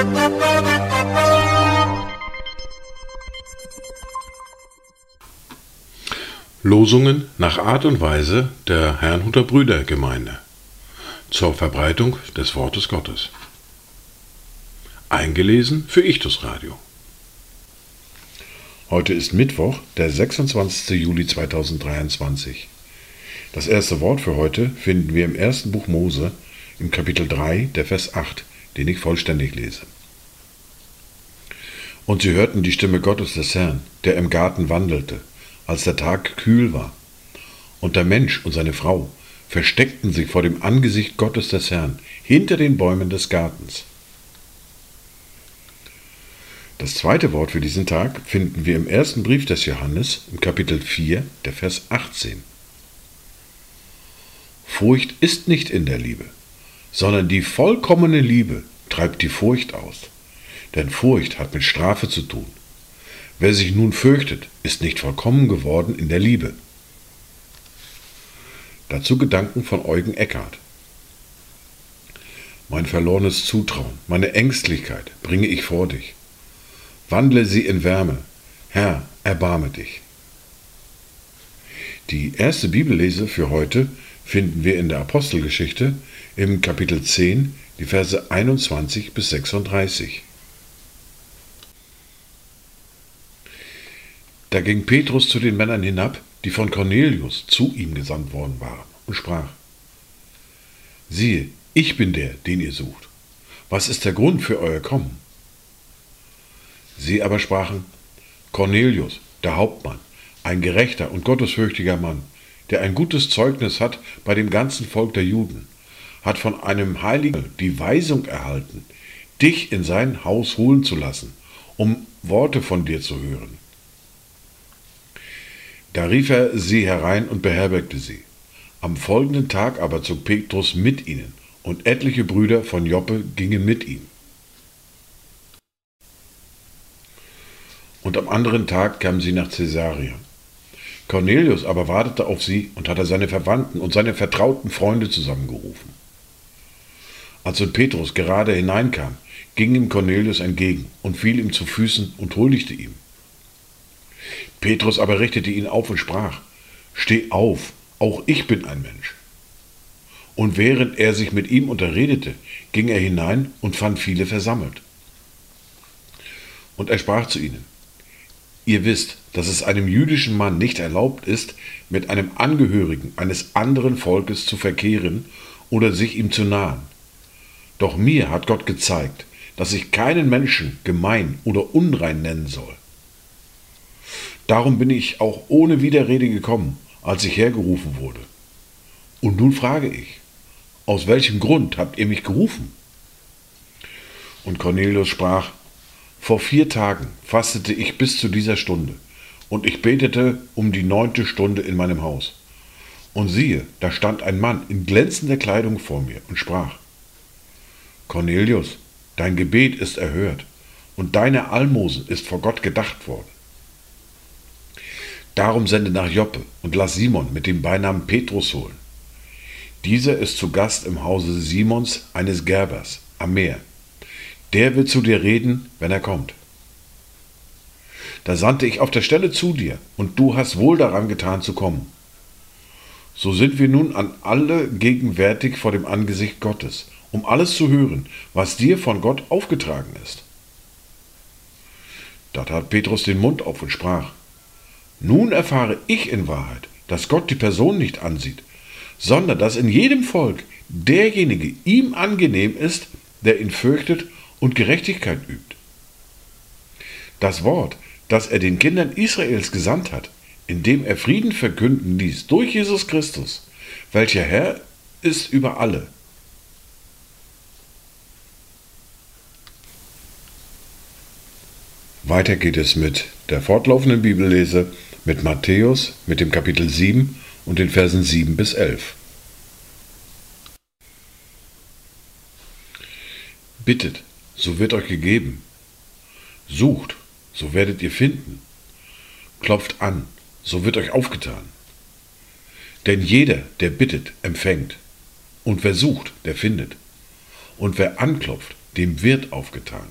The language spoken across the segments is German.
Losungen nach Art und Weise der Herrnhuter Brüdergemeinde zur Verbreitung des Wortes Gottes. Eingelesen für Ichtus Radio. Heute ist Mittwoch, der 26. Juli 2023. Das erste Wort für heute finden wir im ersten Buch Mose, im Kapitel 3, der Vers 8, den ich vollständig lese. Und sie hörten die Stimme Gottes des Herrn, der im Garten wandelte, als der Tag kühl war. Und der Mensch und seine Frau versteckten sich vor dem Angesicht Gottes des Herrn, hinter den Bäumen des Gartens. Das zweite Wort für diesen Tag finden wir im ersten Brief des Johannes, im Kapitel 4, der Vers 18. Furcht ist nicht in der Liebe, sondern die vollkommene Liebe treibt die Furcht aus. Denn Furcht hat mit Strafe zu tun. Wer sich nun fürchtet, ist nicht vollkommen geworden in der Liebe. Dazu Gedanken von Eugen Eckardt. Mein verlorenes Zutrauen, meine Ängstlichkeit bringe ich vor dich. Wandle sie in Wärme. Herr, erbarme dich. Die erste Bibellese für heute finden wir in der Apostelgeschichte im Kapitel 10, die Verse 21 bis 36. Da ging Petrus zu den Männern hinab, die von Cornelius zu ihm gesandt worden waren, und sprach: Siehe, ich bin der, den ihr sucht. Was ist der Grund für euer Kommen? Sie aber sprachen: Cornelius, der Hauptmann, ein gerechter und gottesfürchtiger Mann, der ein gutes Zeugnis hat bei dem ganzen Volk der Juden, hat von einem Heiligen die Weisung erhalten, dich in sein Haus holen zu lassen, um Worte von dir zu hören. Da rief er sie herein und beherbergte sie. Am folgenden Tag aber zog Petrus mit ihnen, und etliche Brüder von Joppe gingen mit ihm. Und am anderen Tag kamen sie nach Caesarea. Cornelius aber wartete auf sie und hatte seine Verwandten und seine vertrauten Freunde zusammengerufen. Als nun Petrus gerade hineinkam, ging ihm Cornelius entgegen und fiel ihm zu Füßen und huldigte ihm. Petrus aber richtete ihn auf und sprach: Steh auf, auch ich bin ein Mensch. Und während er sich mit ihm unterredete, ging er hinein und fand viele versammelt. Und er sprach zu ihnen: Ihr wisst, dass es einem jüdischen Mann nicht erlaubt ist, mit einem Angehörigen eines anderen Volkes zu verkehren oder sich ihm zu nahen. Doch mir hat Gott gezeigt, dass ich keinen Menschen gemein oder unrein nennen soll. Darum bin ich auch ohne Widerrede gekommen, als ich hergerufen wurde. Und nun frage ich: Aus welchem Grund habt ihr mich gerufen? Und Cornelius sprach: Vor 4 Tagen fastete ich bis zu dieser Stunde, und ich betete um die 9. Stunde in meinem Haus. Und siehe, da stand ein Mann in glänzender Kleidung vor mir und sprach: Cornelius, dein Gebet ist erhört, und deine Almosen ist vor Gott gedacht worden. Darum sende nach Joppe und lass Simon mit dem Beinamen Petrus holen. Dieser ist zu Gast im Hause Simons, eines Gerbers, am Meer. Der wird zu dir reden, wenn er kommt. Da sandte ich auf der Stelle zu dir, und du hast wohl daran getan zu kommen. So sind wir nun an alle gegenwärtig vor dem Angesicht Gottes, um alles zu hören, was dir von Gott aufgetragen ist. Da tat Petrus den Mund auf und sprach: Nun erfahre ich in Wahrheit, dass Gott die Person nicht ansieht, sondern dass in jedem Volk derjenige ihm angenehm ist, der ihn fürchtet und Gerechtigkeit übt. Das Wort, das er den Kindern Israels gesandt hat, indem er Frieden verkünden ließ durch Jesus Christus, welcher Herr ist über alle. Weiter geht es mit der fortlaufenden Bibellese mit Matthäus, mit dem Kapitel 7 und den Versen 7 bis 11. Bittet, so wird euch gegeben. Sucht, so werdet ihr finden. Klopft an, so wird euch aufgetan. Denn jeder, der bittet, empfängt. Und wer sucht, der findet. Und wer anklopft, dem wird aufgetan.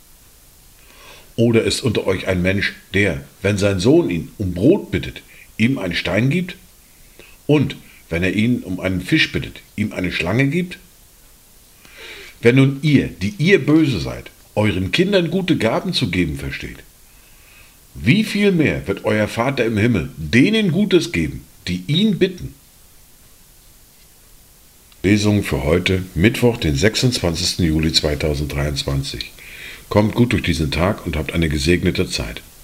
Oder ist unter euch ein Mensch, der, wenn sein Sohn ihn um Brot bittet, ihm einen Stein gibt? Und, wenn er ihn um einen Fisch bittet, ihm eine Schlange gibt? Wenn nun ihr, die ihr böse seid, euren Kindern gute Gaben zu geben versteht, wie viel mehr wird euer Vater im Himmel denen Gutes geben, die ihn bitten? Lesung für heute, Mittwoch, den 26. Juli 2023. Kommt gut durch diesen Tag und habt eine gesegnete Zeit.